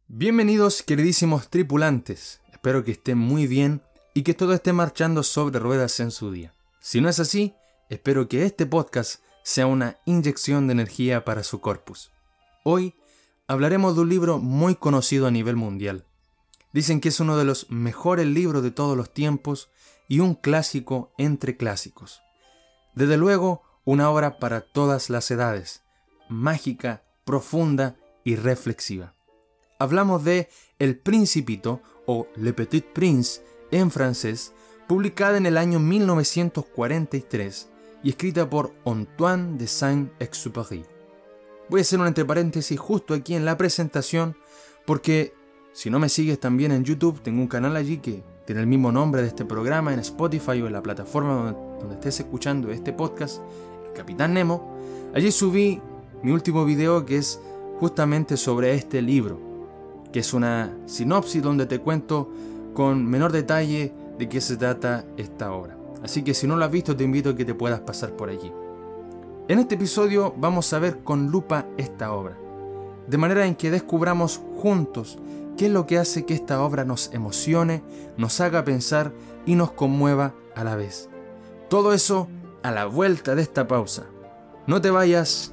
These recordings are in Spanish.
Bienvenidos, queridísimos tripulantes. Espero que estén muy bien y que todo esté marchando sobre ruedas en su día. Si no es así, espero que este podcast sea una inyección de energía para su corpus. Hoy hablaremos de un libro muy conocido a nivel mundial. Dicen que es uno de los mejores libros de todos los tiempos y un clásico entre clásicos. Desde luego, una obra para todas las edades, mágica, profunda y reflexiva. Hablamos de El Principito o Le Petit Prince en francés, publicada en el año 1943 y escrita por Antoine de Saint-Exupéry. Voy a hacer un entre paréntesis justo aquí en la presentación porque si no me sigues también en YouTube, tengo un canal allí que tiene el mismo nombre de este programa en Spotify o en la plataforma donde estés escuchando este podcast, El Capitán Nemo. Allí subí mi último video que es justamente sobre este libro, que es una sinopsis donde te cuento con menor detalle de qué se trata esta obra. Así que si no lo has visto, te invito a que te puedas pasar por allí. En este episodio vamos a ver con lupa esta obra, de manera en que descubramos juntos qué es lo que hace que esta obra nos emocione, nos haga pensar y nos conmueva a la vez. Todo eso a la vuelta de esta pausa. No te vayas.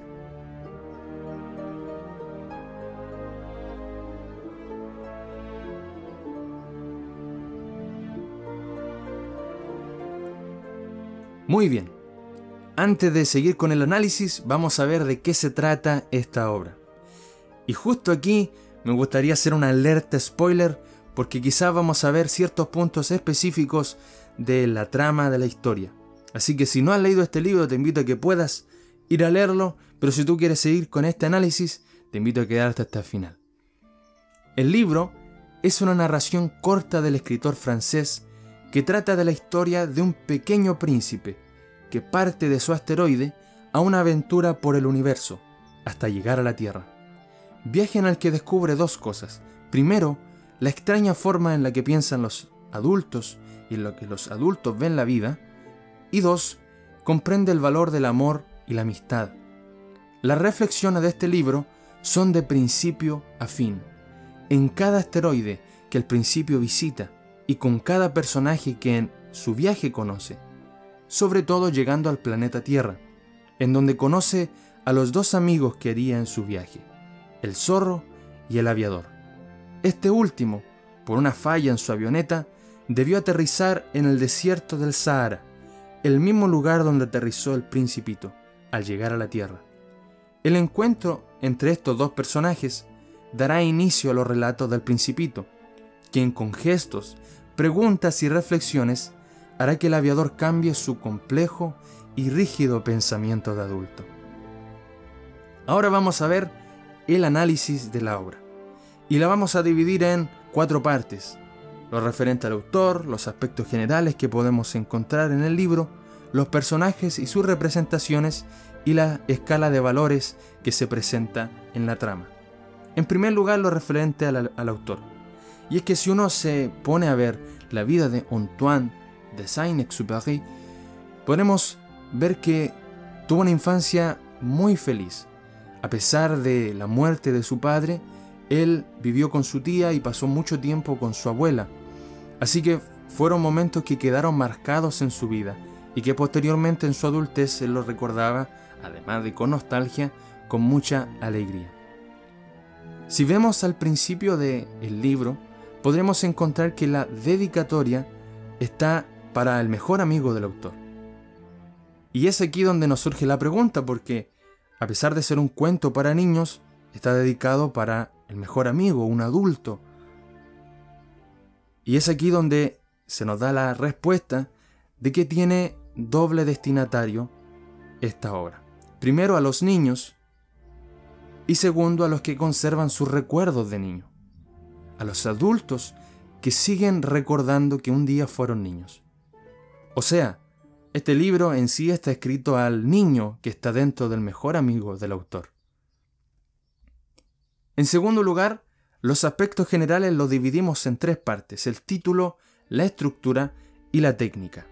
Muy bien, antes de seguir con el análisis, vamos a ver de qué se trata esta obra. Y justo aquí me gustaría hacer una alerta spoiler, porque quizás vamos a ver ciertos puntos específicos de la trama de la historia. Así que si no has leído este libro, te invito a que puedas ir a leerlo, pero si tú quieres seguir con este análisis, te invito a quedarte hasta el final. El libro es una narración corta del escritor francés que trata de la historia de un pequeño príncipe que parte de su asteroide a una aventura por el universo hasta llegar a la Tierra. Viaje en el que descubre dos cosas. Primero, la extraña forma en la que piensan los adultos y en lo que los adultos ven la vida. Y dos, comprende el valor del amor y la amistad. Las reflexiones de este libro son de principio a fin. En cada asteroide que el principio visita y con cada personaje que en su viaje conoce, sobre todo llegando al planeta Tierra, en donde conoce a los dos amigos que haría en su viaje, el zorro y el aviador. Este último, por una falla en su avioneta, debió aterrizar en el desierto del Sahara, el mismo lugar donde aterrizó el Principito al llegar a la Tierra. El encuentro entre estos dos personajes dará inicio a los relatos del Principito, quien con gestos, preguntas y reflexiones hará que el aviador cambie su complejo y rígido pensamiento de adulto. Ahora vamos a ver el análisis de la obra, y la vamos a dividir en 4 partes: lo referente al autor, los aspectos generales que podemos encontrar en el libro, los personajes y sus representaciones, y la escala de valores que se presenta en la trama. En primer lugar, lo referente al autor. Y es que si uno se pone a ver la vida de Antoine de Saint-Exupéry, podemos ver que tuvo una infancia muy feliz. A pesar de la muerte de su padre, él vivió con su tía y pasó mucho tiempo con su abuela. Así que fueron momentos que quedaron marcados en su vida y que posteriormente en su adultez él los recordaba, además de con nostalgia, con mucha alegría. Si vemos al principio del libro, podremos encontrar que la dedicatoria está para el mejor amigo del autor. Y es aquí donde nos surge la pregunta, porque a pesar de ser un cuento para niños, está dedicado para el mejor amigo, un adulto. Y es aquí donde se nos da la respuesta de que tiene doble destinatario esta obra. Primero a los niños y segundo a los que conservan sus recuerdos de niño. A los adultos que siguen recordando que un día fueron niños. O sea, este libro en sí está escrito al niño que está dentro del mejor amigo del autor. En segundo lugar, los aspectos generales los dividimos en 3 partes: el título, la estructura y la técnica.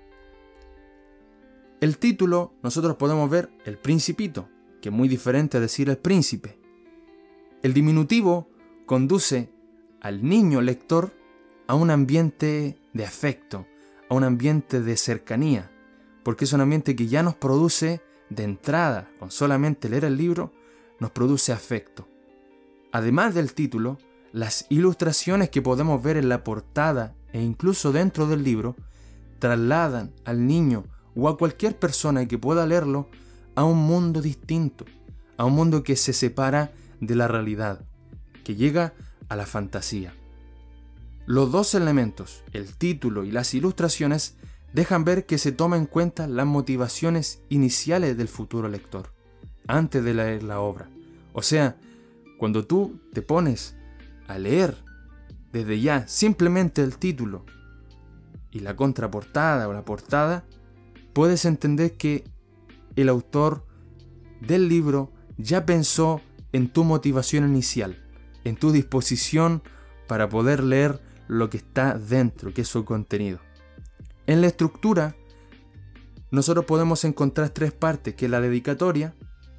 El título, nosotros podemos ver El Principito, que es muy diferente a decir el príncipe. El diminutivo conduce al niño lector a un ambiente de afecto, a un ambiente de cercanía, porque es un ambiente que ya nos produce de entrada, con solamente leer el libro, nos produce afecto. Además del título, las ilustraciones que podemos ver en la portada e incluso dentro del libro trasladan al niño o a cualquier persona que pueda leerlo a un mundo distinto, a un mundo que se separa de la realidad, que llega a la fantasía. Los dos elementos, el título y las ilustraciones, dejan ver que se toma en cuenta las motivaciones iniciales del futuro lector, antes de leer la obra. O sea, cuando tú te pones a leer desde ya simplemente el título y la contraportada o la portada, puedes entender que el autor del libro ya pensó en tu motivación inicial, en tu disposición para poder leer lo que está dentro, que es su contenido. En la estructura, nosotros podemos encontrar 3 partes, que es la dedicatoria,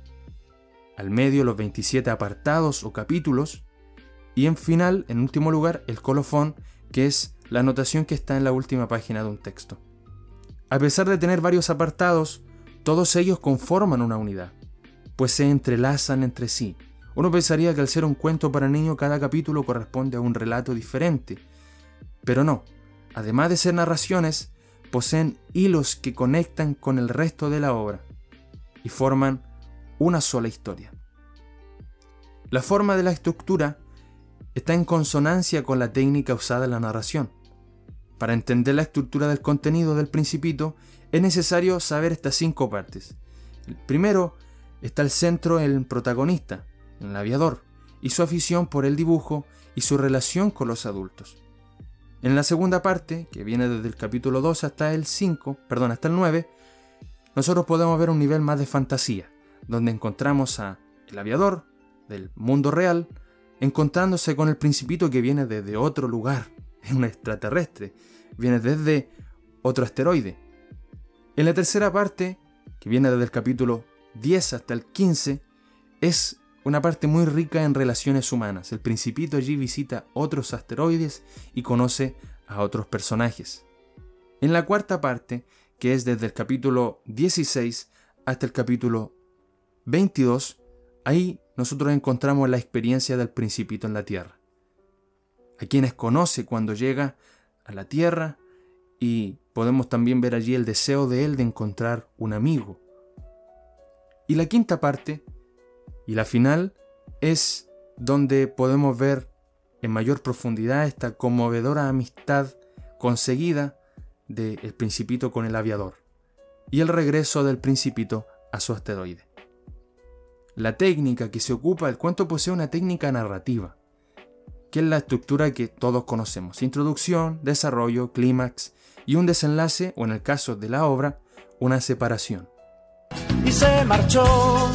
al medio los 27 apartados o capítulos, y en final, en último lugar, el colofón, que es la anotación que está en la última página de un texto. A pesar de tener varios apartados, todos ellos conforman una unidad, pues se entrelazan entre sí. Uno pensaría que al ser un cuento para niños, cada capítulo corresponde a un relato diferente, pero no. Además de ser narraciones, poseen hilos que conectan con el resto de la obra y forman una sola historia. La forma de la estructura está en consonancia con la técnica usada en la narración. Para entender la estructura del contenido del Principito es necesario saber estas 5 partes. Primero está el centro, el protagonista, el aviador, y su afición por el dibujo y su relación con los adultos. En la segunda parte, que viene desde el capítulo 2 hasta el 9, nosotros podemos ver un nivel más de fantasía, donde encontramos a el aviador del mundo real encontrándose con el Principito que viene desde otro lugar, es un extraterrestre, viene desde otro asteroide. En la tercera parte, que viene desde el capítulo 10 hasta el 15, es una parte muy rica en relaciones humanas. El Principito allí visita otros asteroides y conoce a otros personajes. En la cuarta parte, que es desde el capítulo 16 hasta el capítulo 22, ahí nosotros encontramos la experiencia del Principito en la Tierra. A quienes conoce cuando llega a la Tierra, y podemos también ver allí el deseo de él de encontrar un amigo. Y la quinta parte, y la final, es donde podemos ver en mayor profundidad esta conmovedora amistad conseguida del Principito con el aviador y el regreso del Principito a su asteroide. La técnica que se ocupa el cuento posee una técnica narrativa, que es la estructura que todos conocemos: introducción, desarrollo, clímax y un desenlace, o en el caso de la obra, una separación. Y se marchó,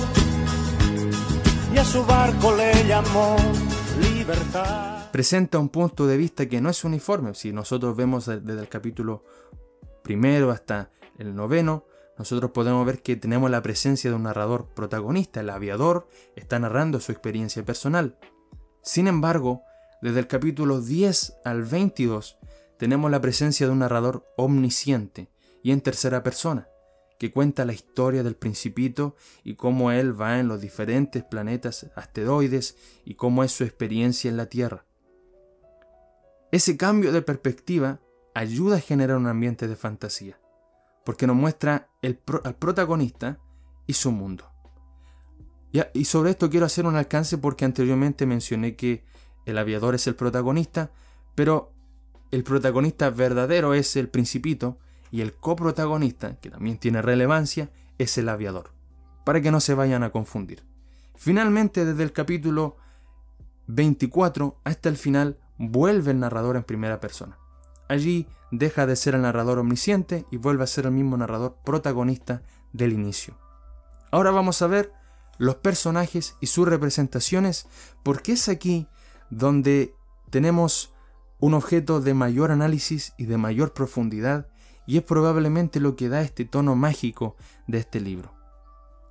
y a su barco le llamó Libertad. Presenta un punto de vista que no es uniforme. Si nosotros vemos desde el capítulo 1 hasta el 9, nosotros podemos ver que tenemos la presencia de un narrador protagonista. El aviador está narrando su experiencia personal. Sin embargo, desde el capítulo 10 al 22, tenemos la presencia de un narrador omnisciente y en tercera persona, que cuenta la historia del Principito y cómo él va en los diferentes planetas asteroides y cómo es su experiencia en la Tierra. Ese cambio de perspectiva ayuda a generar un ambiente de fantasía, porque nos muestra al protagonista y su mundo. Y sobre esto quiero hacer un alcance porque anteriormente mencioné que el aviador es el protagonista, pero el protagonista verdadero es el Principito y el coprotagonista, que también tiene relevancia, es el aviador, para que no se vayan a confundir. Finalmente, desde el capítulo 24 hasta el final, vuelve el narrador en primera persona. Allí deja de ser el narrador omnisciente y vuelve a ser el mismo narrador protagonista del inicio. Ahora vamos a ver los personajes y sus representaciones, porque es aquí donde tenemos un objeto de mayor análisis y de mayor profundidad, y es probablemente lo que da este tono mágico de este libro.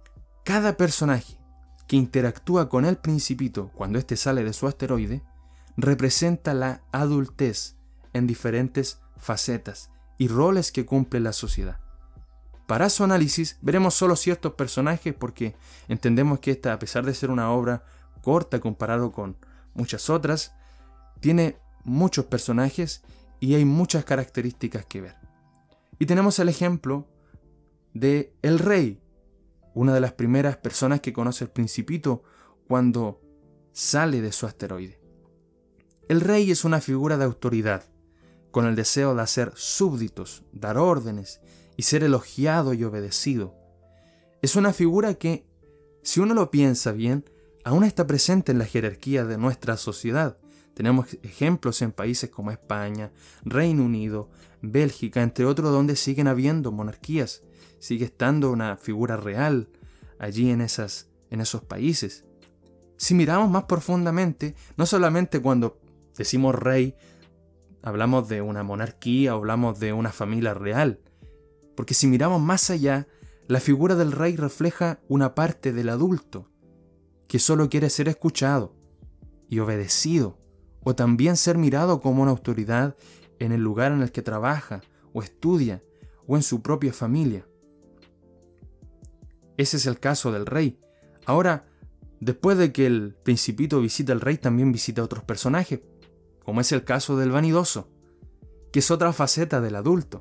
Cada personaje que interactúa con el Principito cuando éste sale de su asteroide representa la adultez en diferentes facetas y roles que cumple la sociedad. Para su análisis veremos solo ciertos personajes porque entendemos que esta, a pesar de ser una obra corta comparado con muchas otras, tiene muchos personajes y hay muchas características que ver. Y tenemos el ejemplo de el rey, una de las primeras personas que conoce el Principito cuando sale de su asteroide. El rey es una figura de autoridad, con el deseo de hacer súbditos, dar órdenes y ser elogiado y obedecido. Es una figura que, si uno lo piensa bien, aún está presente en la jerarquía de nuestra sociedad. Tenemos ejemplos en países como España, Reino Unido, Bélgica, entre otros, donde siguen habiendo monarquías. Sigue estando una figura real allí en esos países. Si miramos más profundamente, no solamente cuando decimos rey, hablamos de una monarquía o hablamos de una familia real, porque si miramos más allá, la figura del rey refleja una parte del adulto que solo quiere ser escuchado y obedecido, o también ser mirado como una autoridad en el lugar en el que trabaja o estudia o en su propia familia. Ese es el caso del rey. Ahora, después de que el Principito visita al rey, también visita a otros personajes, como es el caso del vanidoso, que es otra faceta del adulto,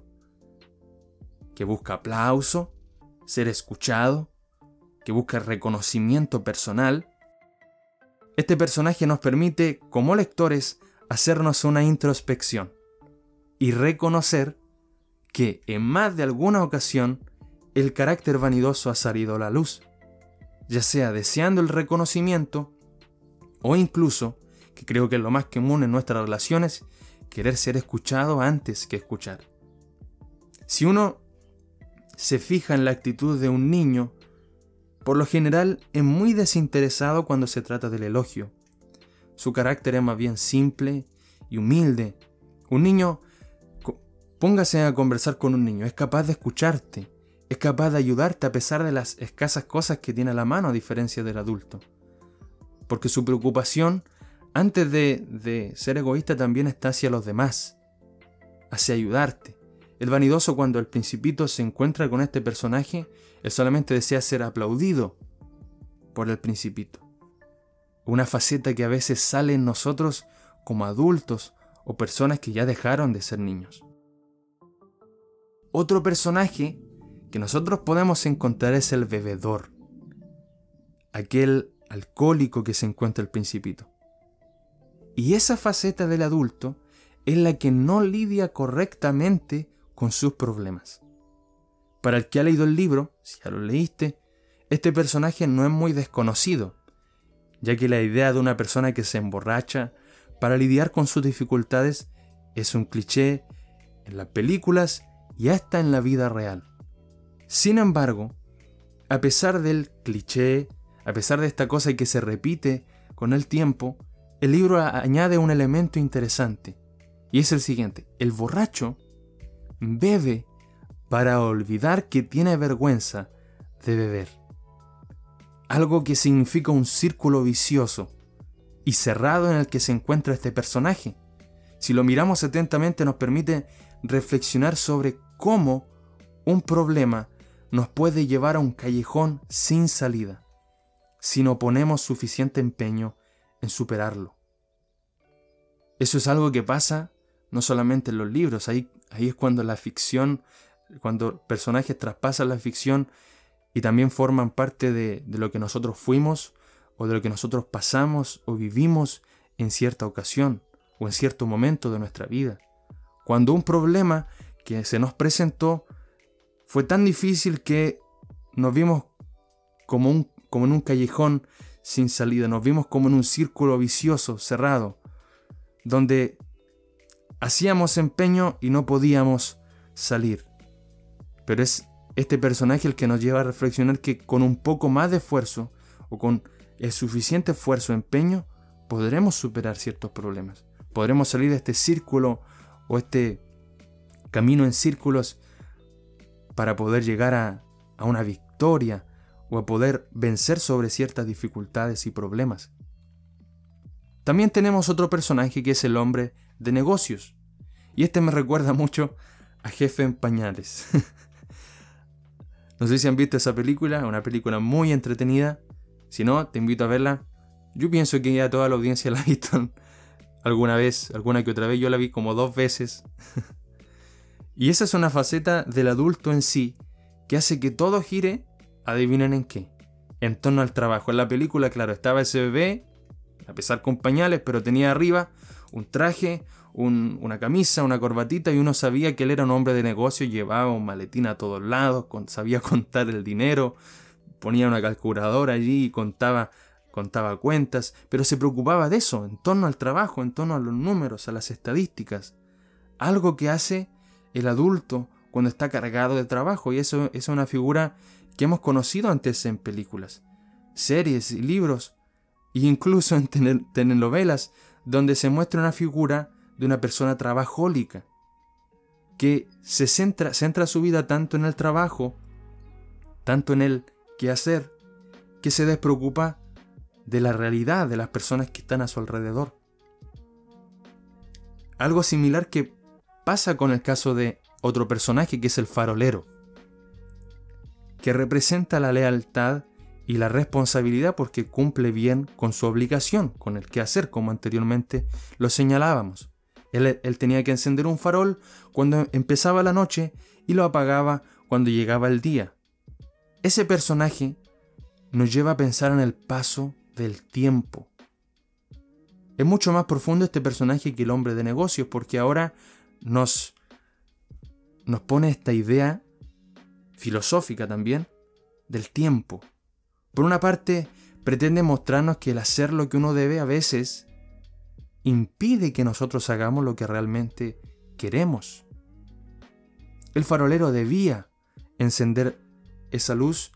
que busca aplauso, ser escuchado, que busca reconocimiento personal. Este personaje nos permite, como lectores, hacernos una introspección y reconocer que en más de alguna ocasión el carácter vanidoso ha salido a la luz, ya sea deseando el reconocimiento o incluso, que creo que es lo más común en nuestras relaciones, querer ser escuchado antes que escuchar. Si uno se fija en la actitud de un niño, por lo general es muy desinteresado cuando se trata del elogio. Su carácter es más bien simple y humilde. Un niño, póngase a conversar con un niño, es capaz de escucharte, es capaz de ayudarte a pesar de las escasas cosas que tiene a la mano, a diferencia del adulto. Porque su preocupación, antes de ser egoísta, también está hacia los demás, hacia ayudarte. El vanidoso, cuando el Principito se encuentra con este personaje, él solamente desea ser aplaudido por el Principito. Una faceta que a veces sale en nosotros como adultos o personas que ya dejaron de ser niños. Otro personaje que nosotros podemos encontrar es el bebedor, aquel alcohólico que se encuentra el Principito. Y esa faceta del adulto es la que no lidia correctamente con sus problemas. Para el que ha leído el libro, si ya lo leíste, este personaje no es muy desconocido, ya que la idea de una persona que se emborracha para lidiar con sus dificultades es un cliché en las películas y hasta en la vida real. Sin embargo, a pesar del cliché, a pesar de esta cosa que se repite con el tiempo, el libro añade un elemento interesante, y es el siguiente: el borracho bebe para olvidar que tiene vergüenza de beber. Algo que significa un círculo vicioso y cerrado en el que se encuentra este personaje. Si lo miramos atentamente, nos permite reflexionar sobre cómo un problema nos puede llevar a un callejón sin salida, si no ponemos suficiente empeño en superarlo. Eso es algo que pasa no solamente en los libros, ahí es cuando la ficción, cuando personajes traspasan la ficción y también forman parte de lo que nosotros fuimos o de lo que nosotros pasamos o vivimos en cierta ocasión o en cierto momento de nuestra vida. Cuando un problema que se nos presentó fue tan difícil que nos vimos como en un callejón sin salida, nos vimos como en un círculo vicioso, cerrado, donde hacíamos empeño y no podíamos salir. Pero es este personaje el que nos lleva a reflexionar que con un poco más de esfuerzo o con el suficiente esfuerzo o empeño podremos superar ciertos problemas. Podremos salir de este círculo o este camino en círculos para poder llegar a una victoria o a poder vencer sobre ciertas dificultades y problemas. También tenemos otro personaje que es el hombre de negocios. Y este me recuerda mucho a Jefe en Pañales. No sé si han visto esa película, una película muy entretenida. Si no, te invito a verla. Yo pienso que ya toda la audiencia la ha visto alguna vez, alguna que otra vez. Yo la vi como 2 veces. Y esa es una faceta del adulto en sí que hace que todo gire, adivinen en qué, en torno al trabajo. En la película, claro, estaba ese bebé, a pesar con pañales, pero tenía arriba un traje, una camisa, una corbatita, y uno sabía que él era un hombre de negocio, llevaba un maletín a todos lados, sabía contar el dinero, ponía una calculadora allí y contaba cuentas, pero se preocupaba de eso, en torno al trabajo, en torno a los números, a las estadísticas. Algo que hace el adulto cuando está cargado de trabajo, y eso es una figura que hemos conocido antes en películas, series y libros, e incluso en telenovelas, donde se muestra una figura de una persona trabajólica, que se centra su vida tanto en el trabajo, tanto en el quehacer, que se despreocupa de la realidad de las personas que están a su alrededor. Algo similar que pasa con el caso de otro personaje que es el farolero, que representa la lealtad y la responsabilidad porque cumple bien con su obligación, con el quehacer, como anteriormente lo señalábamos. Él tenía que encender un farol cuando empezaba la noche y lo apagaba cuando llegaba el día. Ese personaje nos lleva a pensar en el paso del tiempo. Es mucho más profundo este personaje que el hombre de negocios, porque ahora nos pone esta idea filosófica también del tiempo. Por una parte, pretende mostrarnos que el hacer lo que uno debe a veces impide que nosotros hagamos lo que realmente queremos. El farolero debía encender esa luz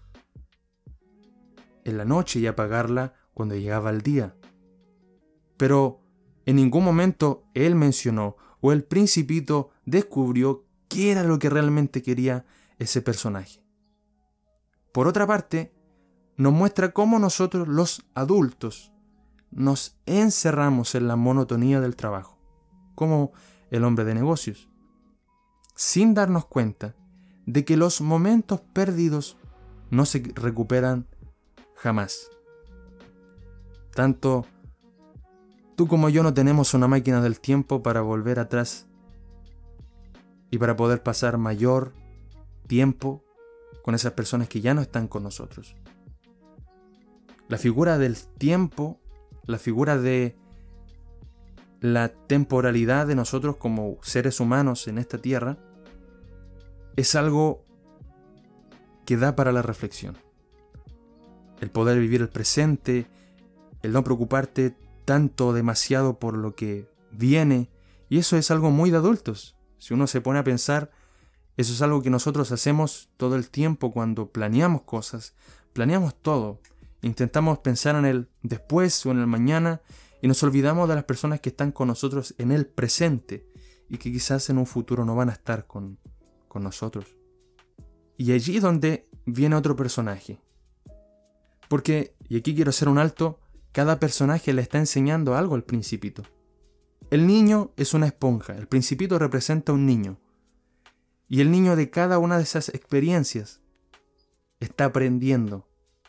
en la noche y apagarla cuando llegaba el día. Pero en ningún momento él mencionó o el Principito descubrió qué era lo que realmente quería ese personaje. Por otra parte, nos muestra cómo nosotros los adultos nos encerramos en la monotonía del trabajo, como el hombre de negocios, sin darnos cuenta de que los momentos perdidos no se recuperan jamás. Tanto tú como yo no tenemos una máquina del tiempo para volver atrás y para poder pasar mayor tiempo con esas personas que ya no están con nosotros. La figura del tiempo, la figura de la temporalidad de nosotros como seres humanos en esta tierra, es algo que da para la reflexión. El poder vivir el presente, el no preocuparte tanto demasiado por lo que viene, y eso es algo muy de adultos. Si uno se pone a pensar, eso es algo que nosotros hacemos todo el tiempo cuando planeamos cosas, planeamos todo. Intentamos pensar en el después o en el mañana y nos olvidamos de las personas que están con nosotros en el presente y que quizás en un futuro no van a estar con nosotros. Y allí es donde viene otro personaje. Porque, y aquí quiero hacer un alto, cada personaje le está enseñando algo al Principito. El niño es una esponja, el Principito representa a un niño. Y el niño de cada una de esas experiencias está aprendiendo.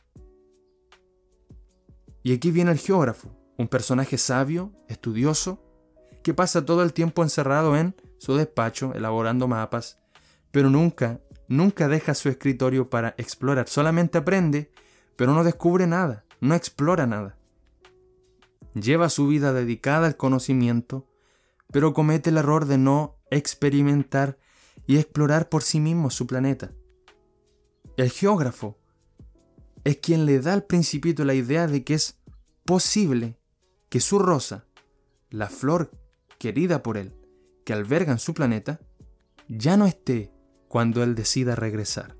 Y aquí viene el geógrafo, un personaje sabio, estudioso, que pasa todo el tiempo encerrado en su despacho, elaborando mapas, pero nunca deja su escritorio para explorar. Solamente aprende, pero no descubre nada, no explora nada. Lleva su vida dedicada al conocimiento, pero comete el error de no experimentar y explorar por sí mismo su planeta. El geógrafo es quien le da al Principito la idea de que es posible que su rosa, la flor querida por él, que alberga en su planeta, ya no esté cuando él decida regresar.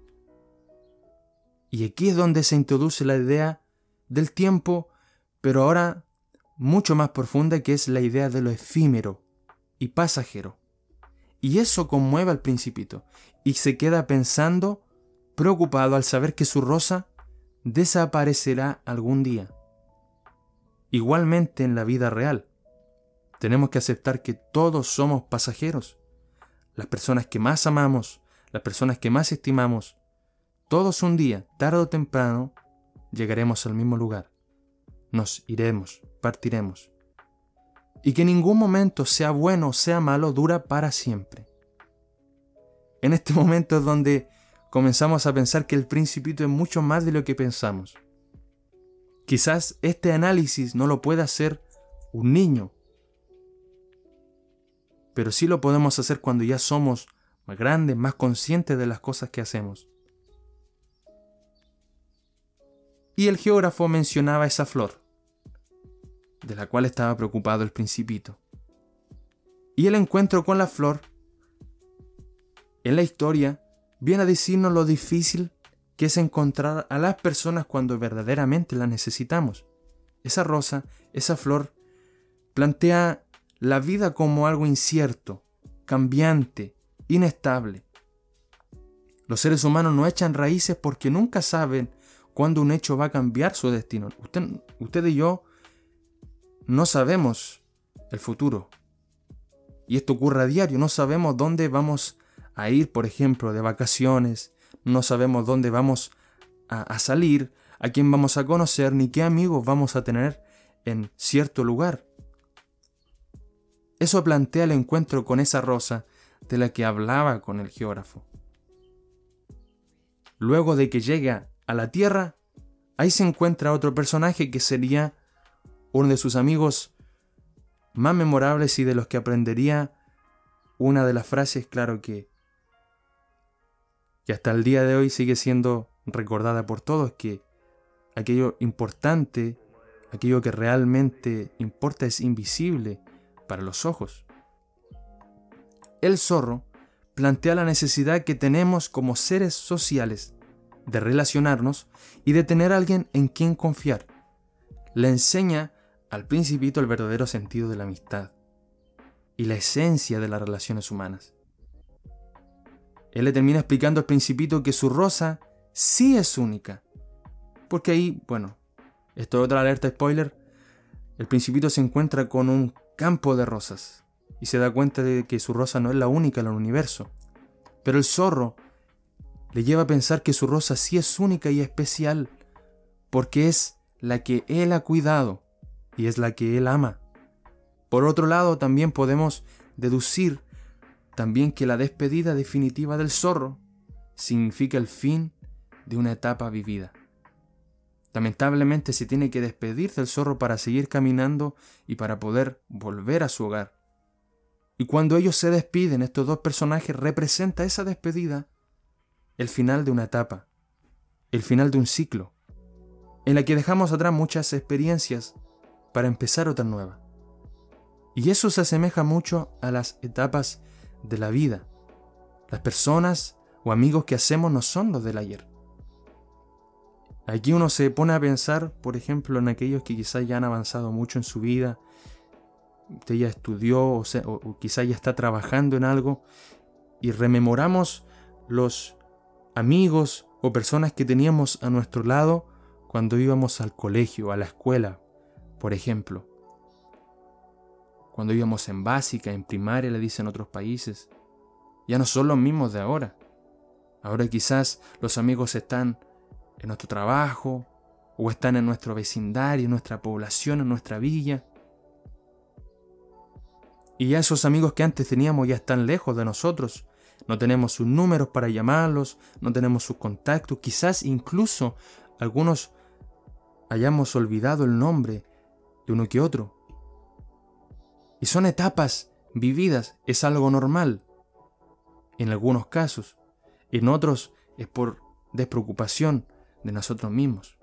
Y aquí es donde se introduce la idea del tiempo, pero ahora mucho más profunda, que es la idea de lo efímero y pasajero. Y eso conmueve al Principito, y se queda pensando, preocupado al saber que su rosa desaparecerá algún día. Igualmente en la vida real, tenemos que aceptar que todos somos pasajeros. Las personas que más amamos, las personas que más estimamos, todos un día, tarde o temprano, llegaremos al mismo lugar. Nos iremos, partiremos. Y que ningún momento, sea bueno o sea malo, dura para siempre. En este momento es donde comenzamos a pensar que el Principito es mucho más de lo que pensamos. Quizás este análisis no lo pueda hacer un niño, pero sí lo podemos hacer cuando ya somos más grandes, más conscientes de las cosas que hacemos. Y el geógrafo mencionaba esa flor, de la cual estaba preocupado el Principito. Y el encuentro con la flor, en la historia, viene a decirnos lo difícil que es encontrar a las personas cuando verdaderamente las necesitamos. Esa rosa, esa flor, plantea la vida como algo incierto, cambiante, inestable. Los seres humanos no echan raíces porque nunca saben cuándo un hecho va a cambiar su destino. Usted y yo no sabemos el futuro. Y esto ocurre a diario. No sabemos dónde vamos a ir, por ejemplo, de vacaciones. No sabemos dónde vamos a salir, a quién vamos a conocer, ni qué amigos vamos a tener en cierto lugar. Eso plantea el encuentro con esa rosa de la que hablaba con el geógrafo. Luego de que llega a la Tierra, ahí se encuentra otro personaje que sería uno de sus amigos más memorables y de los que aprendería una de las frases, claro que hasta el día de hoy sigue siendo recordada por todos, que aquello importante, aquello que realmente importa es invisible para los ojos. El zorro plantea la necesidad que tenemos como seres sociales de relacionarnos y de tener a alguien en quien confiar. Le enseña al Principito el verdadero sentido de la amistad y la esencia de las relaciones humanas. Él le termina explicando al Principito que su rosa sí es única. Porque ahí, bueno, esto es otra alerta spoiler, el Principito se encuentra con un campo de rosas y se da cuenta de que su rosa no es la única en el universo. Pero el zorro le lleva a pensar que su rosa sí es única y especial porque es la que él ha cuidado y es la que él ama. Por otro lado, también podemos deducir también que la despedida definitiva del zorro significa el fin de una etapa vivida. Lamentablemente se tiene que despedir del zorro para seguir caminando y para poder volver a su hogar. Y cuando ellos se despiden, estos dos personajes, representa esa despedida el final de una etapa, el final de un ciclo, en la que dejamos atrás muchas experiencias para empezar otra nueva. Y eso se asemeja mucho a las etapas de la vida. Las personas o amigos que hacemos no son los del ayer. Aquí uno se pone a pensar, por ejemplo, en aquellos que quizás ya han avanzado mucho en su vida. Usted ya estudió o quizás ya está trabajando en algo y rememoramos los amigos o personas que teníamos a nuestro lado cuando íbamos al colegio, a la escuela, por ejemplo. Cuando íbamos en básica, en primaria, le dicen otros países. Ya no son los mismos de ahora. Ahora quizás los amigos están en nuestro trabajo, o están en nuestro vecindario, en nuestra población, en nuestra villa. Y ya esos amigos que antes teníamos ya están lejos de nosotros. No tenemos sus números para llamarlos, no tenemos sus contactos. Quizás incluso algunos hayamos olvidado el nombre de uno que otro. Y son etapas vividas, es algo normal. En algunos casos, en otros es por despreocupación de nosotros mismos.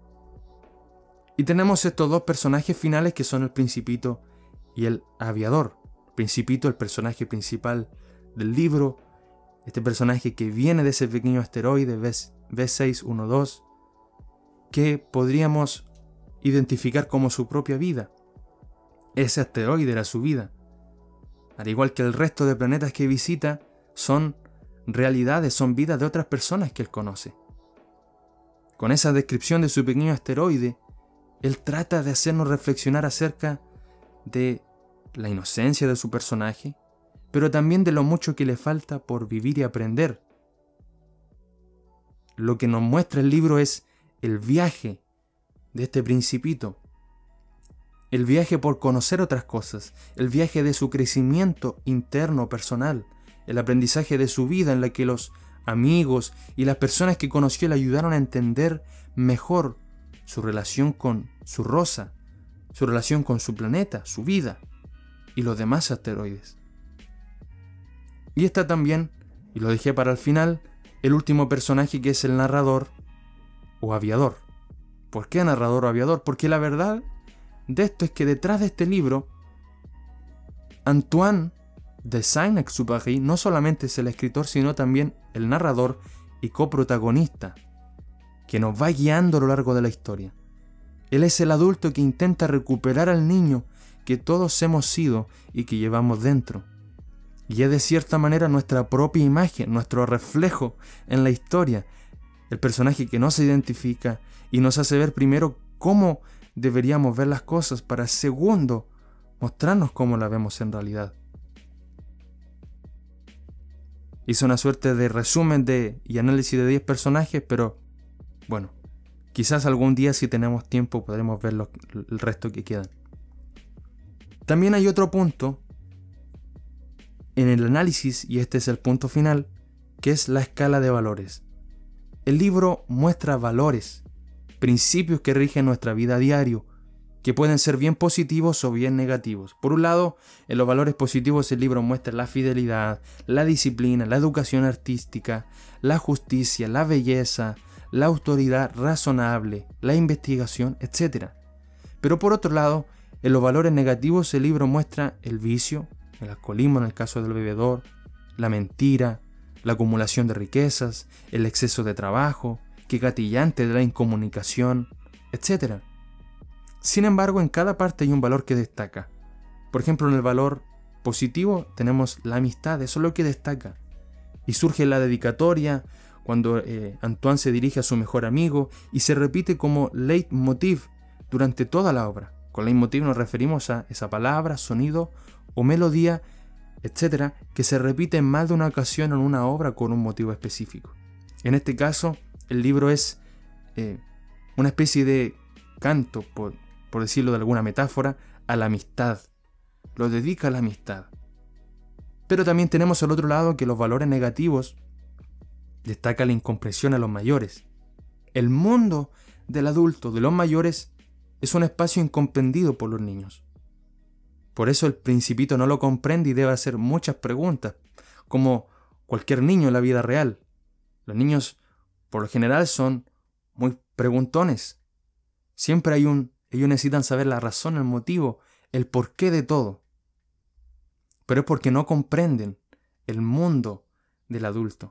Y tenemos estos dos personajes finales que son el Principito y el Aviador. Principito, el personaje principal del libro, este personaje que viene de ese pequeño asteroide B612, que podríamos identificar como su propia vida. Ese asteroide era su vida. Al igual que el resto de planetas que visita, son realidades, son vidas de otras personas que él conoce. Con esa descripción de su pequeño asteroide, Él trata de hacernos reflexionar acerca de la inocencia de su personaje, pero también de lo mucho que le falta por vivir y aprender. Lo que nos muestra el libro es el viaje de este principito, el viaje por conocer otras cosas, el viaje de su crecimiento interno personal, el aprendizaje de su vida en la que los amigos y las personas que conoció le ayudaron a entender mejor su relación con su rosa, su relación con su planeta, su vida y los demás asteroides. Y está también, y lo dejé para el final, el último personaje, que es el narrador o aviador. ¿Por qué narrador o aviador? Porque la verdad de esto es que detrás de este libro, Antoine de Saint-Exupéry no solamente es el escritor, sino también el narrador y coprotagonista, que nos va guiando a lo largo de la historia. Él es el adulto que intenta recuperar al niño que todos hemos sido y que llevamos dentro. Y es de cierta manera nuestra propia imagen, nuestro reflejo en la historia, el personaje que nos identifica y nos hace ver primero cómo deberíamos ver las cosas para segundo mostrarnos cómo las vemos en realidad. Hice una suerte de resumen y análisis de 10 personajes, pero bueno, quizás algún día, si tenemos tiempo, podremos ver el resto que quedan. También hay otro punto en el análisis, y este es el punto final, que es la escala de valores. El libro muestra valores, principios que rigen nuestra vida a diario, que pueden ser bien positivos o bien negativos. Por un lado, en los valores positivos el libro muestra la fidelidad, la disciplina, la educación artística, la justicia, la belleza, la autoridad razonable, la investigación, etc. Pero por otro lado, en los valores negativos el libro muestra el vicio, el alcoholismo en el caso del bebedor, la mentira, la acumulación de riquezas, el exceso de trabajo, que gatillante de la incomunicación, etc. Sin embargo, en cada parte hay un valor que destaca. Por ejemplo, en el valor positivo tenemos la amistad, eso es lo que destaca. Y surge la dedicatoria cuando Antoine se dirige a su mejor amigo y se repite como leitmotiv durante toda la obra. Con leitmotiv nos referimos a esa palabra, sonido o melodía, etcétera, que se repite en más de una ocasión en una obra con un motivo específico. En este caso, el libro es una especie de canto, por decirlo de alguna metáfora, a la amistad. Lo dedica a la amistad. Pero también tenemos al otro lado que los valores negativos destaca la incomprensión a los mayores. El mundo del adulto, de los mayores, es un espacio incomprendido por los niños. Por eso el Principito no lo comprende y debe hacer muchas preguntas, como cualquier niño en la vida real. Los niños, por lo general, son muy preguntones. Siempre ellos necesitan saber la razón, el motivo, el porqué de todo. Pero es porque no comprenden el mundo del adulto.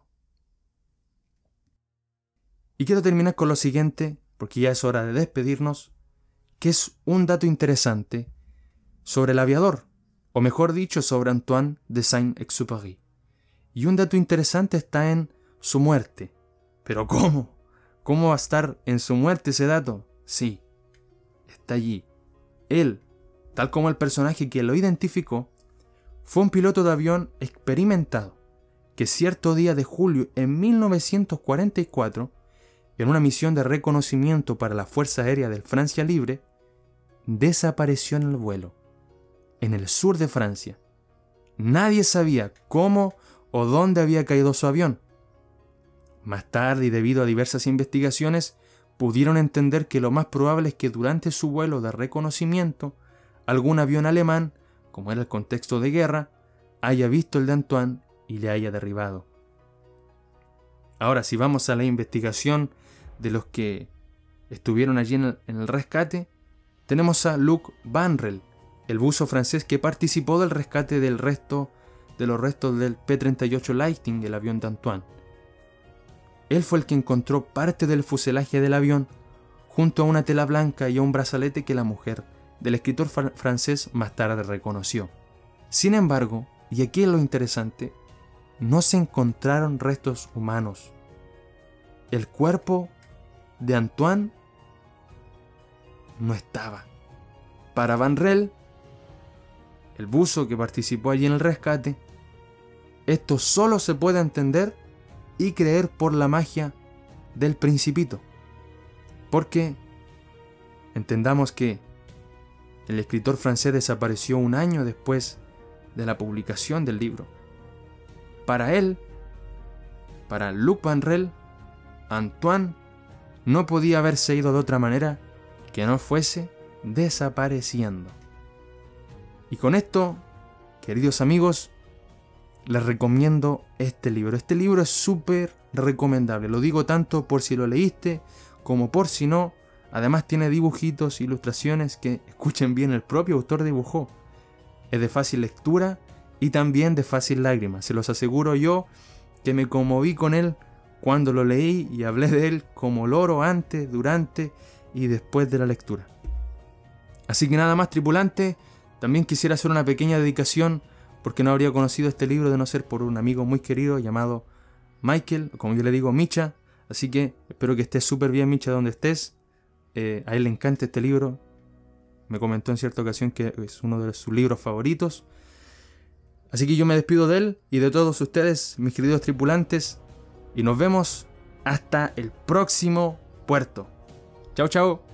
Y quiero terminar con lo siguiente, porque ya es hora de despedirnos, que es un dato interesante sobre el aviador, o mejor dicho, sobre Antoine de Saint-Exupéry. Y un dato interesante está en su muerte. ¿Pero cómo? ¿Cómo va a estar en su muerte ese dato? Sí, está allí. Él, tal como el personaje que lo identificó, fue un piloto de avión experimentado que cierto día de julio en 1944, en una misión de reconocimiento para la Fuerza Aérea del Francia Libre, desapareció en el vuelo, en el sur de Francia. Nadie sabía cómo o dónde había caído su avión. Más tarde, y debido a diversas investigaciones, pudieron entender que lo más probable es que durante su vuelo de reconocimiento, algún avión alemán, como era el contexto de guerra, haya visto el de Antoine y le haya derribado. Ahora, si vamos a la investigación de los que estuvieron allí en el rescate, tenemos a Luc Vanrel, el buzo francés que participó del rescate de los restos del P-38 Lightning, el avión de Antoine. Él fue el que encontró parte del fuselaje del avión junto a una tela blanca y a un brazalete que la mujer del escritor francés más tarde reconoció. Sin embargo, y aquí es lo interesante, no se encontraron restos humanos. El cuerpo de Antoine no estaba. Para Van Rel, el buzo que participó allí en el rescate, esto solo se puede entender y creer por la magia del Principito. Porque entendamos que el escritor francés desapareció un año después de la publicación del libro. Para él, para Luc Van Rel, Antoine no podía haberse ido de otra manera que no fuese desapareciendo. Y con esto, queridos amigos, les recomiendo este libro. Este libro es súper recomendable. Lo digo tanto por si lo leíste como por si no. Además tiene dibujitos, ilustraciones que, escuchen bien, el propio autor dibujó. Es de fácil lectura y también de fácil lágrima. Se los aseguro yo que me conmoví con él cuando lo leí y hablé de él como loro antes, durante y después de la lectura. Así que nada más, tripulante, también quisiera hacer una pequeña dedicación porque no habría conocido este libro de no ser por un amigo muy querido llamado Michael, o como yo le digo, Micha. Así que espero que estés súper bien, Micha, donde estés. A él le encanta este libro. Me comentó en cierta ocasión que es uno de sus libros favoritos. Así que yo me despido de él y de todos ustedes, mis queridos tripulantes, y nos vemos hasta el próximo puerto. Chao, chao.